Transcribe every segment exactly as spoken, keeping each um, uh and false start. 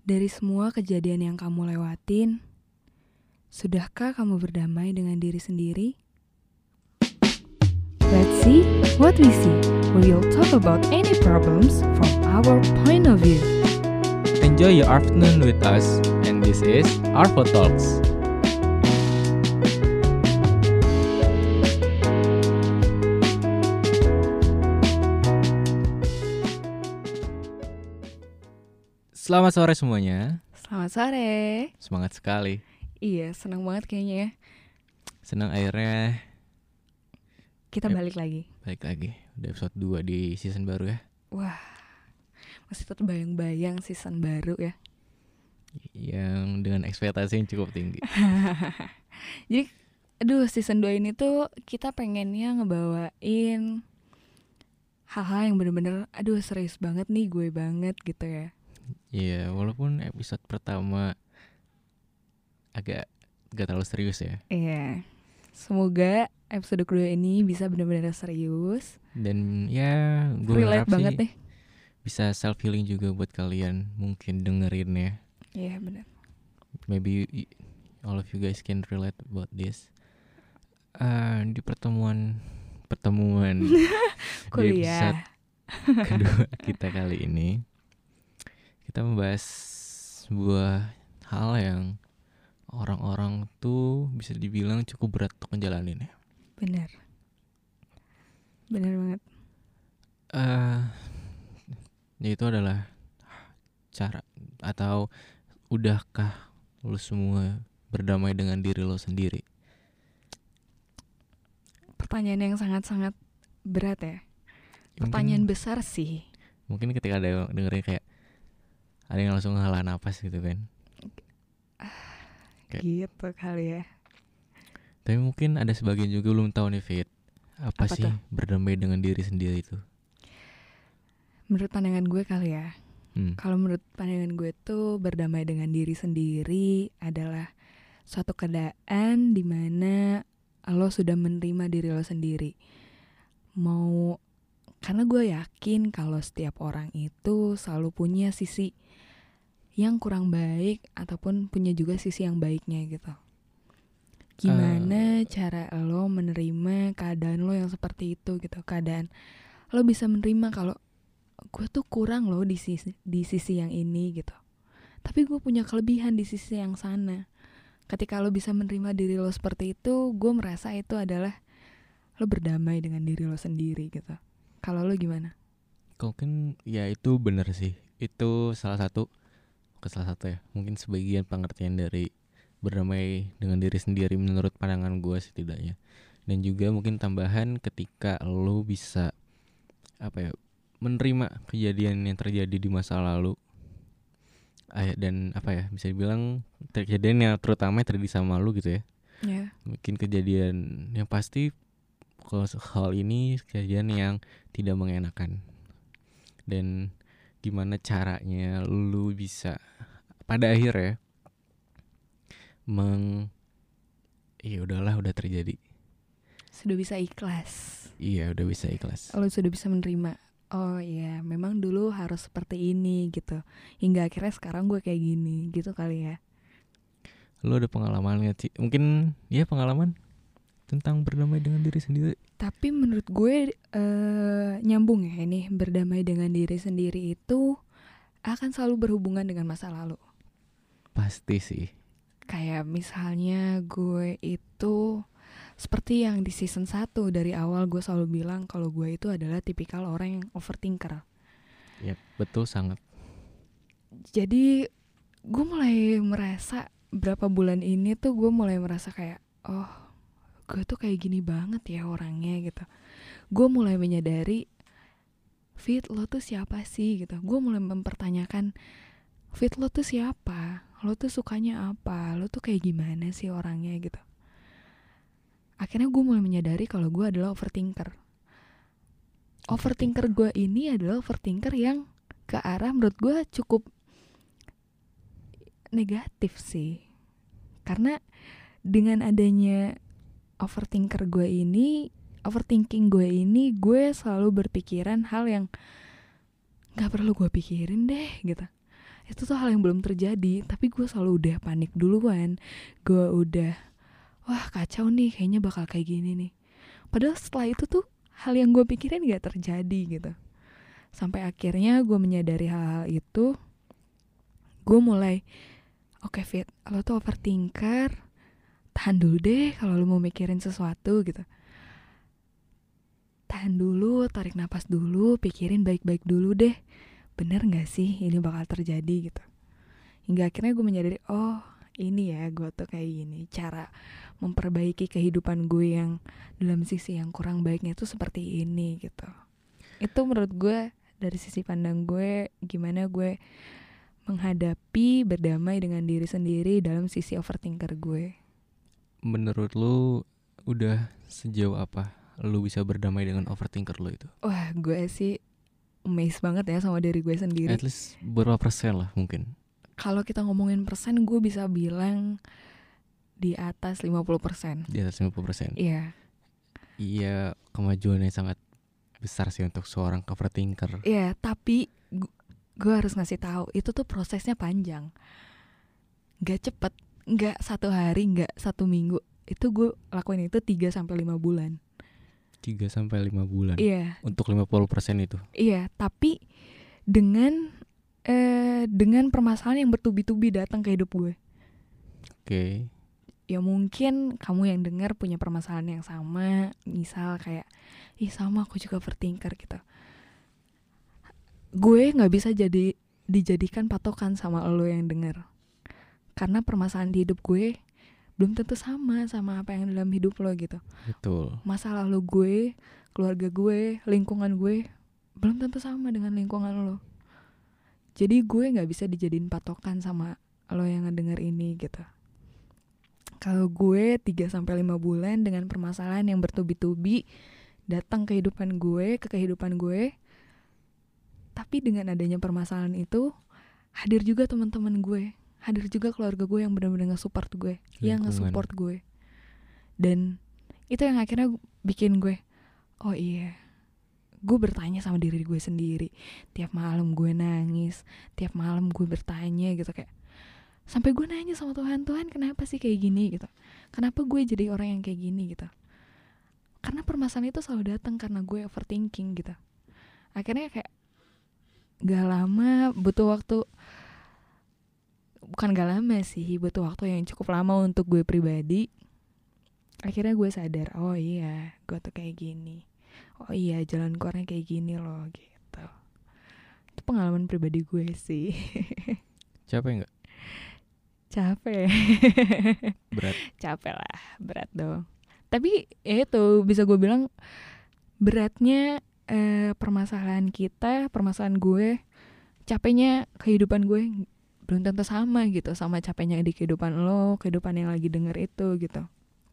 Dari semua kejadian yang kamu lewatin, sudahkah kamu berdamai dengan diri sendiri? Let's see what we see. We will talk about any problems from our point of view. Enjoy your afternoon with us, and this is Arvo Talks. Selamat sore semuanya. Selamat sore. Semangat sekali. Iya, senang banget kayaknya ya. Senang akhirnya Kita Yep. balik lagi. balik lagi. Udah episode dua di season baru ya. Wah, masih terbayang-bayang season baru ya. Yang dengan ekspektasi yang cukup tinggi. Jadi, aduh, season dua ini tuh kita pengennya ngebawain hal-hal yang bener-bener, aduh serius banget nih, gue banget gitu ya. Iya, walaupun episode pertama agak gak terlalu serius ya. Iya, semoga episode kedua ini bisa benar-benar serius. Dan ya gue Relate harap banget sih nih. bisa self healing juga buat kalian. Mungkin dengerin ya. Iya benar. Maybe y- all of you guys can relate about this. Uh, di pertemuan pertemuan di episode Kuliah. kedua kita kali ini, kita membahas sebuah hal yang orang-orang tuh bisa dibilang cukup berat untuk menjalani ya. Benar. Benar banget. Uh, yaitu adalah cara atau udahkah lo semua berdamai dengan diri lo sendiri? Pertanyaan yang sangat-sangat berat ya. Pertanyaan Mungkin, besar sih. mungkin ketika ada yang dengerin kayak ada yang langsung ngalah napas gitu kan. Kayak- Gitu kali ya. Tapi mungkin ada sebagian juga belum tahu nih Fit, apa, Apa sih tuh? berdamai dengan diri sendiri itu? Menurut pandangan gue kali ya. Hmm. Kalau menurut pandangan gue tuh berdamai dengan diri sendiri adalah suatu keadaan di mana lo sudah menerima diri lo sendiri. Mau karena gue yakin kalau setiap orang itu selalu punya sisi yang kurang baik ataupun punya juga sisi yang baiknya gitu. Gimana Uh, cara lo menerima keadaan lo yang seperti itu gitu. Keadaan lo bisa menerima kalau gue tuh kurang loh di sisi, di sisi yang ini gitu. Tapi gue punya kelebihan di sisi yang sana. Ketika lo bisa menerima diri lo seperti itu, gue merasa itu adalah lo berdamai dengan diri lo sendiri gitu. Kalau lo gimana? Mungkin ya itu benar sih. Itu salah satu, ke salah satu ya. Mungkin sebagian pengertian dari berdamai dengan diri sendiri menurut pandangan gue setidaknya. Dan juga mungkin tambahan ketika lo bisa apa ya, menerima kejadian yang terjadi di masa lalu. Ay- dan apa ya, bisa dibilang kejadian yang terutama yang terjadi sama lo gitu ya. Ya. Mungkin kejadian yang pasti kalau hal ini kejadian yang tidak mengenakan. Dan gimana caranya lu bisa pada akhirnya meng iya udahlah udah terjadi. Sudah bisa ikhlas. Iya udah bisa ikhlas. Lo sudah bisa menerima. Oh iya, memang dulu harus seperti ini gitu. Hingga akhirnya sekarang gue kayak gini gitu kali ya. Lu ada pengalaman gak sih? Mungkin ya pengalaman tentang berdamai dengan diri sendiri. Tapi menurut gue eh, nyambung ya ini, berdamai dengan diri sendiri itu akan selalu berhubungan dengan masa lalu. Pasti sih. Kayak misalnya gue itu seperti yang di season satu dari awal gue selalu bilang kalau gue itu adalah tipikal orang yang overthinker. Ya betul sangat. Jadi gue mulai merasa berapa bulan ini tuh gue mulai merasa kayak oh gue tuh kayak gini banget ya orangnya gitu. Gue mulai menyadari Fit lo tuh siapa sih gitu. Gue mulai mempertanyakan Fit lo tuh siapa, lo tuh sukanya apa, lo tuh kayak gimana sih orangnya gitu. Akhirnya gue mulai menyadari kalau gue adalah overthinker. Overthinker gue ini adalah overthinker yang ke arah menurut gue cukup negatif sih. Karena dengan adanya overthinker gue ini, overthinking gue ini, gue selalu berpikiran hal yang gak perlu gue pikirin deh gitu. itu tuh hal yang belum terjadi, tapi gue selalu udah panik duluan. Gue udah, wah kacau nih, kayaknya bakal kayak gini nih. Padahal setelah itu tuh hal yang gue pikirin gak terjadi gitu. Sampai akhirnya gue menyadari hal-hal itu. Gue mulai, oke okay, Fit, lo tuh overthinker, tahan dulu deh kalau lo mau mikirin sesuatu gitu. Tahan dulu, tarik napas dulu, pikirin baik-baik dulu deh. Bener gak sih ini bakal terjadi gitu. Hingga akhirnya gue menyadari, oh ini ya gue tuh kayak gini. Cara memperbaiki kehidupan gue yang dalam sisi yang kurang baiknya tuh seperti ini gitu. Itu menurut gue dari sisi pandang gue, gimana gue menghadapi, berdamai dengan diri sendiri dalam sisi overthinker gue. Menurut lu udah sejauh apa lu bisa berdamai dengan overthinker lu itu? Wah gue sih amazed banget ya sama diri gue sendiri. At least berapa persen lah mungkin. Kalau kita ngomongin persen, gue bisa bilang di atas lima puluh persen. Di atas lima puluh persen. Iya. Iya, kemajuannya sangat besar sih untuk seorang overthinker. Iya, tapi gue harus ngasih tahu itu tuh prosesnya panjang. Gak cepet, gak satu hari, gak satu minggu. Itu gue lakuin itu tiga sampai lima bulan. tiga sampai lima bulan. Iya. Untuk lima puluh persen itu. Iya, tapi dengan eh, dengan permasalahan yang bertubi-tubi datang ke hidup gue. Oke. Okay. Ya mungkin kamu yang dengar punya permasalahan yang sama, misal kayak, ih sama aku juga overthinker gitu. Gue nggak bisa jadi dijadikan patokan sama lo yang dengar, karena permasalahan di hidup gue belum tentu sama sama apa yang dalam hidup lo gitu. Betul. Masa lalu gue, keluarga gue, lingkungan gue belum tentu sama dengan lingkungan lo. Jadi gue nggak bisa dijadiin patokan sama lo yang ngedenger ini gitu. Kalau gue tiga sampai lima bulan dengan permasalahan yang bertubi-tubi datang ke kehidupan gue, ke kehidupan gue. Tapi dengan adanya permasalahan itu hadir juga teman-teman gue, hadir juga keluarga gue yang benar-benar nge-support gue, lingkungan. Yang nge-support gue. Dan itu yang akhirnya bikin gue, oh iya, gue bertanya sama diri gue sendiri. Tiap malam gue nangis, tiap malam gue bertanya gitu kayak, sampai gue nanya sama Tuhan, Tuhan kenapa sih kayak gini gitu, kenapa gue jadi orang yang kayak gini gitu. Karena permasalahan itu selalu datang karena gue overthinking gitu. Akhirnya kayak gak lama, butuh waktu, bukan gak lama sih, butuh waktu yang cukup lama untuk gue pribadi. Akhirnya gue sadar, oh iya gue tuh kayak gini, oh iya jalan keluarnya kayak gini loh gitu. Itu pengalaman pribadi gue sih. Capek gak? Capek. Berat. Capek lah, berat dong. Tapi ya itu bisa gue bilang beratnya eh, permasalahan kita, permasalahan gue, capeknya kehidupan gue belum tentu sama gitu sama capeknya di kehidupan lo, kehidupan yang lagi denger itu gitu.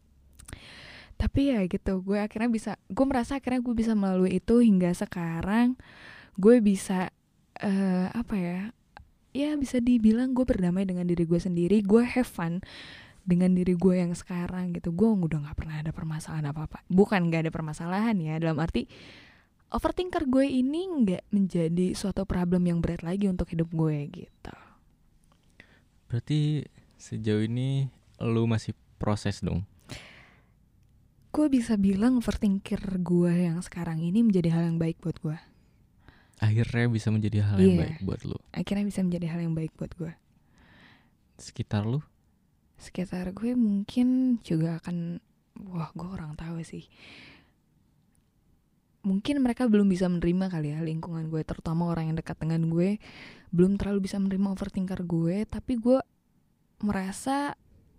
Tapi ya gitu, gue akhirnya bisa, gue merasa akhirnya gue bisa melalui itu hingga sekarang gue bisa uh, apa ya? Ya bisa dibilang gue berdamai dengan diri gue sendiri. Gue have fun dengan diri gue yang sekarang gitu. Gue udah gak pernah ada permasalahan apa-apa. Bukan gak ada permasalahan ya, dalam arti overthinker gue ini gak menjadi suatu problem yang berat lagi untuk hidup gue gitu. Berarti sejauh ini lu masih proses dong? Gue bisa bilang overthinker gue yang sekarang ini menjadi hal yang baik buat gue. Akhirnya bisa menjadi hal yeah. yang baik buat lu. Akhirnya bisa menjadi hal yang baik buat gue. Sekitar lu? Sekitar gue mungkin juga akan, wah gue kurang tahu sih. Mungkin mereka belum bisa menerima kali ya, lingkungan gue, terutama orang yang dekat dengan gue belum terlalu bisa menerima overthinker gue. Tapi gue merasa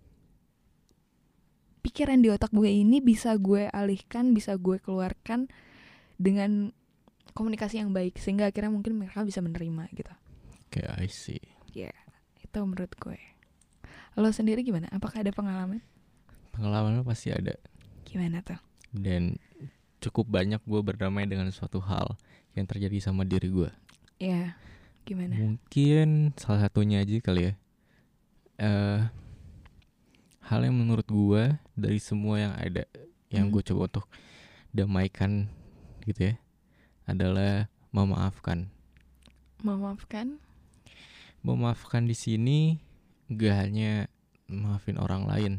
pikiran di otak gue ini bisa gue alihkan, bisa gue keluarkan dengan komunikasi yang baik, sehingga akhirnya mungkin mereka bisa menerima gitu. Oke, okay, I see. Ya, yeah, itu menurut gue. Lo sendiri gimana? Apakah ada pengalaman? Pengalaman pasti ada. Gimana tuh? Dan cukup banyak gue berdamai dengan suatu hal yang terjadi sama diri gue. Ya, yeah, gimana? Mungkin salah satunya aja kali ya. Uh, hal yang menurut gue dari semua yang ada, yang hmm. gue coba untuk damaikan gitu ya, adalah memaafkan. Memaafkan? Memaafkan di sini gak hanya maafin orang lain,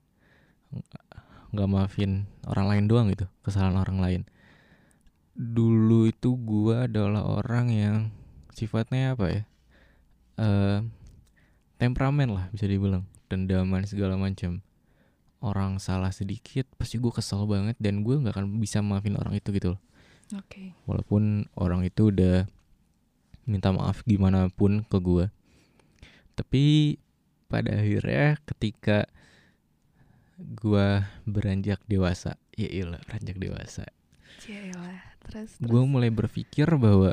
gak maafin orang lain doang gitu, kesalahan orang lain. Dulu itu gue adalah orang yang sifatnya apa ya, uh, temperamen lah bisa dibilang, dendaman segala macam. Orang salah sedikit pasti gue kesel banget dan gue nggak akan bisa maafin orang itu gitu loh. Oke. Okay. Walaupun orang itu udah minta maaf gimana pun ke gue, tapi pada akhirnya ketika gue beranjak dewasa, ya iyalah beranjak dewasa, Yaelah, terus, terus. gue mulai berpikir bahwa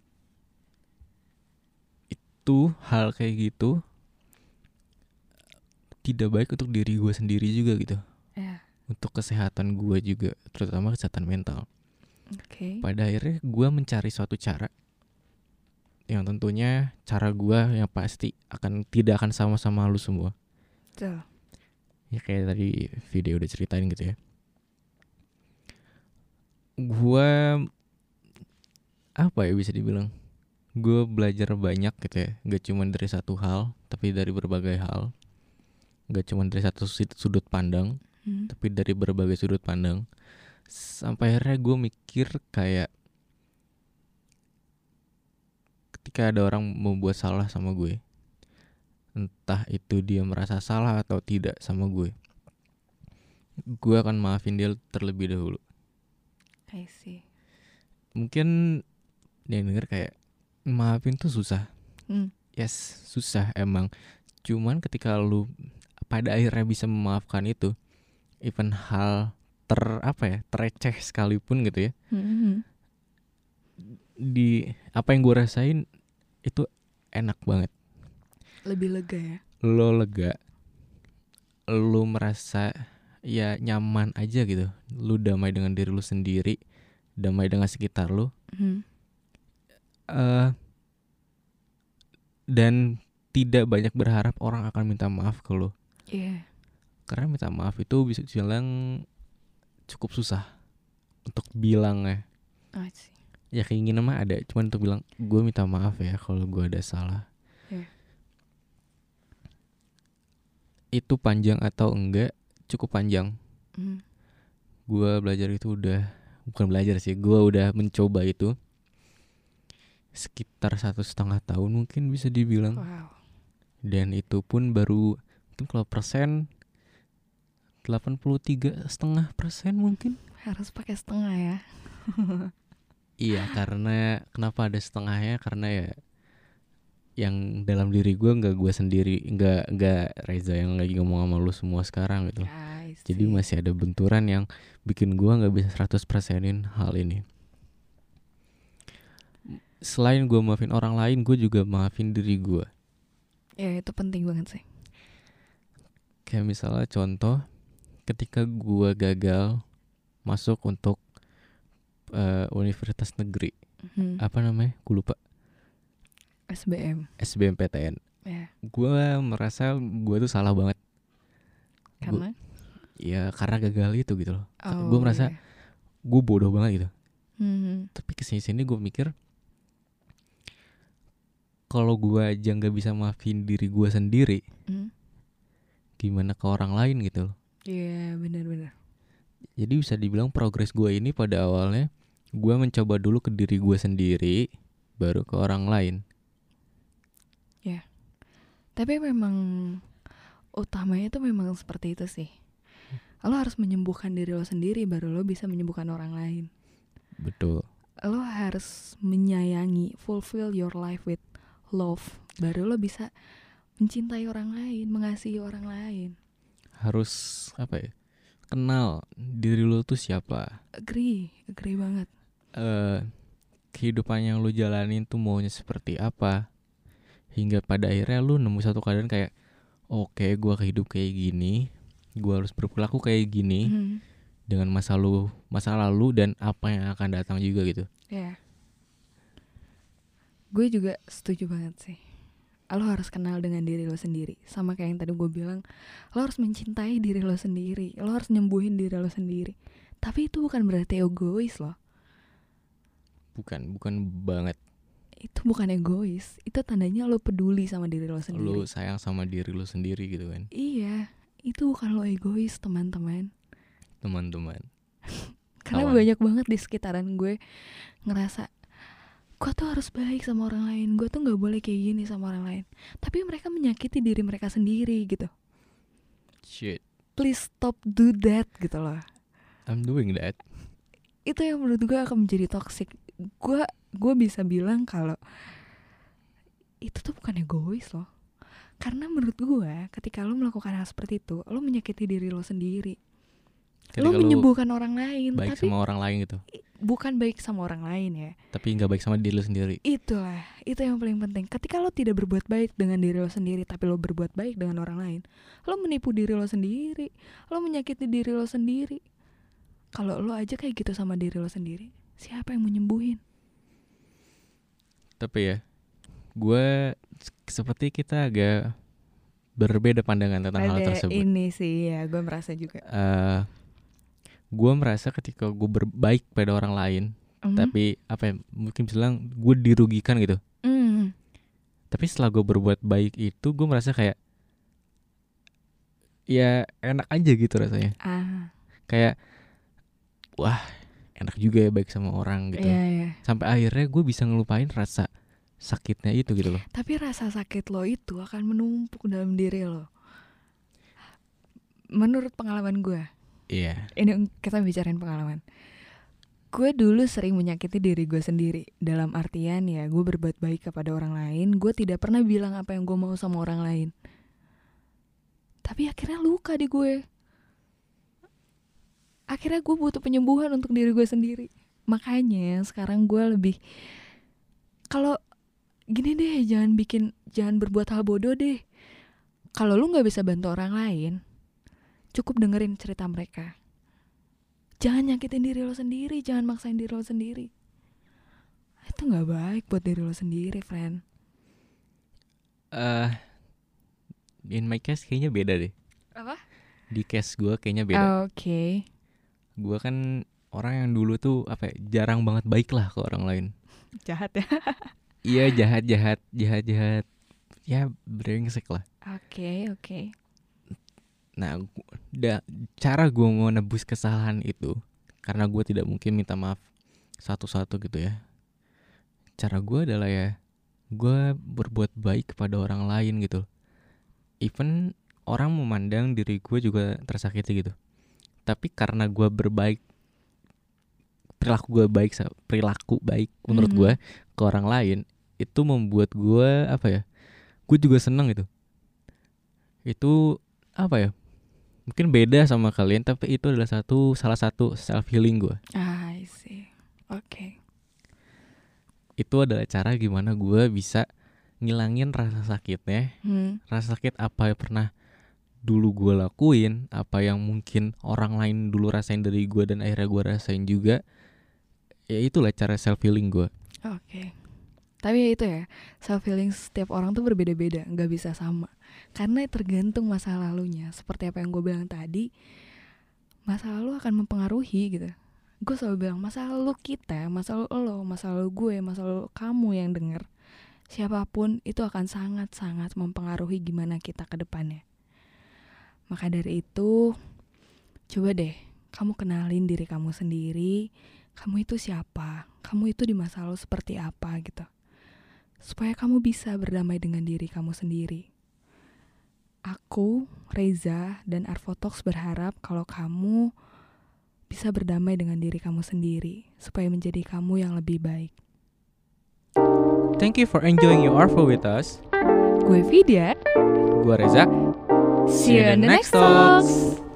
itu hal kayak gitu tidak baik untuk diri gue sendiri juga gitu, yeah. Untuk kesehatan gue juga, terutama kesehatan mental. Okay. Pada akhirnya gue mencari suatu cara yang tentunya cara gue yang pasti akan tidak akan sama-sama lu semua. Betul. Ya kayak tadi video udah ceritain gitu ya. Gue apa ya bisa dibilang, gue belajar banyak gitu ya, gak cuma dari satu hal tapi dari berbagai hal. Gak cuma dari satu sudut pandang, hmm. tapi dari berbagai sudut pandang. Sampai akhirnya gue mikir kayak ketika ada orang membuat salah sama gue, entah itu dia merasa salah atau tidak sama gue, gue akan maafin dia terlebih dahulu. I see. Mungkin dia denger kayak maafin tuh susah. hmm. Yes, susah emang. Cuman ketika lu pada akhirnya bisa memaafkan itu, even hal ter apa ya tereceh sekalipun gitu ya, mm-hmm. di apa yang gue rasain itu enak banget. Lebih lega ya. Lo lega, lo merasa ya nyaman aja gitu. Lo damai dengan diri lo sendiri, damai dengan sekitar lo, mm-hmm. uh, dan tidak banyak berharap orang akan minta maaf ke lo. Iya. Yeah. Karena minta maaf itu bisa bilang cukup susah untuk bilang ya. Oh, sih. Ya keinginan mah ada, cuman untuk bilang gue minta maaf ya kalau gue ada salah. Yeah. Itu panjang atau enggak? Cukup panjang. Mm. Gue belajar itu udah, bukan belajar sih, gue udah mencoba itu sekitar satu setengah tahun mungkin bisa dibilang. Wow. Dan itu pun baru mungkin kalau persen delapan puluh tiga setengah persen mungkin. Harus pakai setengah ya. Iya, karena kenapa ada setengahnya, karena ya yang dalam diri gue nggak gue sendiri, nggak nggak Reza yang lagi ngomong sama lu semua sekarang gitu. Jadi masih ada benturan yang bikin gue nggak bisa seratus persenin hal ini. Selain gue maafin orang lain, gue juga maafin diri gue. Ya itu penting banget sih. Kayak misalnya contoh, ketika gue gagal masuk untuk uh, universitas negeri, hmm. apa namanya? Gue lupa. S B M. S B M P T N. Yeah. Gue merasa gue tuh salah banget. Karena? Gua, ya karena gagal itu gitu loh. Oh, gue merasa yeah. gue bodoh banget gitu. Hmm. Tapi kesini-sini gue mikir, kalau gue aja nggak bisa maafin diri gue sendiri, hmm? gimana ke orang lain gitu loh. Iya, yeah, benar-benar. Jadi bisa dibilang progres gue ini pada awalnya gue mencoba dulu ke diri gue sendiri, baru ke orang lain. Ya, yeah. Tapi memang utamanya itu memang seperti itu sih. Lo harus menyembuhkan diri lo sendiri, baru lo bisa menyembuhkan orang lain. Betul. Lo harus menyayangi, fulfill your life with love, baru lo bisa mencintai orang lain, mengasihi orang lain. Harus apa ya? Kenal diri lo tuh siapa. Agree, agree banget. Uh, kehidupan yang lo jalanin tuh maunya seperti apa, hingga pada akhirnya lo nemu satu keadaan kayak, oke, okay, gue kehidup kayak gini, gue harus berperilaku kayak gini, mm. dengan masa lalu, masa lalu dan apa yang akan datang juga gitu. Ya. Yeah. Gue juga setuju banget sih. Lo harus kenal dengan diri lo sendiri. Sama kayak yang tadi gue bilang, lo harus mencintai diri lo sendiri. Lo harus nyembuhin diri lo sendiri. Tapi itu bukan berarti egois loh. Bukan, bukan banget. itu bukan egois, itu tandanya lo peduli sama diri lo Lu sendiri. sayang sama diri lu sendiri gitu kan, Iya, itu bukan lo egois, teman-teman. teman-teman. Karena Kawan. banyak banget di sekitaran gue ngerasa gue tuh harus baik sama orang lain, gue tuh nggak boleh kayak gini sama orang lain, tapi mereka menyakiti diri mereka sendiri gitu. Shit, Please stop do that gitu loh. I'm doing that. Itu yang menurut gue akan menjadi toxic. Gue gue bisa bilang kalau itu tuh bukan egois loh. Karena menurut gue ketika lo melakukan hal seperti itu, lo menyakiti diri lo sendiri. Ketika Lo lu menyembuhkan orang lain, baik tapi sama orang lain gitu, bukan baik sama orang lain ya. tapi nggak baik sama diri lu sendiri. Itulah, itu yang paling penting. Ketika lo tidak berbuat baik dengan diri lo sendiri, tapi lo berbuat baik dengan orang lain, lo menipu diri lo sendiri, lo menyakiti diri lo sendiri. Kalau lo aja kayak gitu sama diri lo sendiri, siapa yang mau nyembuhin? Tapi ya, gue seperti kita agak berbeda pandangan tentang hal Ada tersebut. ini sih ya, gue merasa juga. Uh, gue merasa ketika gue berbaik pada orang lain, Mm. tapi apa ya, mungkin bilang gue dirugikan gitu. Mm. Tapi setelah gue berbuat baik itu, gue merasa kayak ya enak aja gitu rasanya. Ah, Kayak wah enak juga ya baik sama orang gitu. iya, iya. Sampai akhirnya gue bisa ngelupain rasa sakitnya itu gitu loh. Tapi rasa sakit lo itu akan menumpuk dalam diri lo. Menurut pengalaman gue, Iya. ini kita bicarain pengalaman. Gue dulu sering menyakiti diri gue sendiri. Dalam artian ya, gue berbuat baik kepada orang lain, gue tidak pernah bilang apa yang gue mau sama orang lain. Tapi akhirnya luka di gue. Akhirnya gue butuh penyembuhan untuk diri gue sendiri. Makanya sekarang gue lebih, kalau gini deh, jangan bikin, jangan berbuat hal bodoh deh. Kalau lu gak bisa bantu orang lain, cukup dengerin cerita mereka. Jangan nyakitin diri lo sendiri, jangan maksain diri lo sendiri. Itu gak baik buat diri lo sendiri, friend. Uh, in my case kayaknya beda deh. Apa? Di case gue kayaknya beda. Oke. Okay. Gue kan orang yang dulu tuh apa ya, jarang banget baik lah ke orang lain. Jahat ya. Iya jahat jahat jahat jahat. Ya brengsek lah. Oke okay, oke. Okay. Nah, da, cara gue mau nebus kesalahan itu, karena gue tidak mungkin minta maaf satu-satu gitu ya. Cara gue adalah ya, gue berbuat baik kepada orang lain gitu. Even orang memandang diri gue juga tersakiti gitu. Tapi karena gue berbaik, perilaku gue baik, perilaku baik menurut gue ke orang lain, itu membuat gue apa ya? Gue juga seneng gitu. Itu apa ya? Mungkin beda sama kalian, tapi itu adalah satu salah satu self healing gue. Ah, I see. Oke. Okay. Itu adalah cara gimana gue bisa ngilangin rasa sakitnya. Hmm. Rasa sakit apa yang pernah dulu gue lakuin, apa yang mungkin orang lain dulu rasain dari gue dan akhirnya gue rasain juga. Ya itulah cara self healing gue. Oke. Okay. Tapi ya itu ya, self healing setiap orang tuh berbeda-beda, nggak bisa sama. Karena tergantung masa lalunya. Seperti apa yang gue bilang tadi, masa lalu akan mempengaruhi gitu. Gue selalu bilang masa lalu kita, masa lalu lo, masa lalu gue, masa lalu kamu yang denger, siapapun itu akan sangat-sangat mempengaruhi gimana kita ke depannya. Maka dari itu, coba deh kamu kenalin diri kamu sendiri. Kamu itu siapa? Kamu itu di masa lalu seperti apa gitu. Supaya kamu bisa berdamai dengan diri kamu sendiri. Aku, Reza, dan Arvotox berharap kalau kamu bisa berdamai dengan diri kamu sendiri, supaya menjadi kamu yang lebih baik. Thank you for enjoying your Arvo with us. Gue Vidya. Gue Reza. See you in the next talks.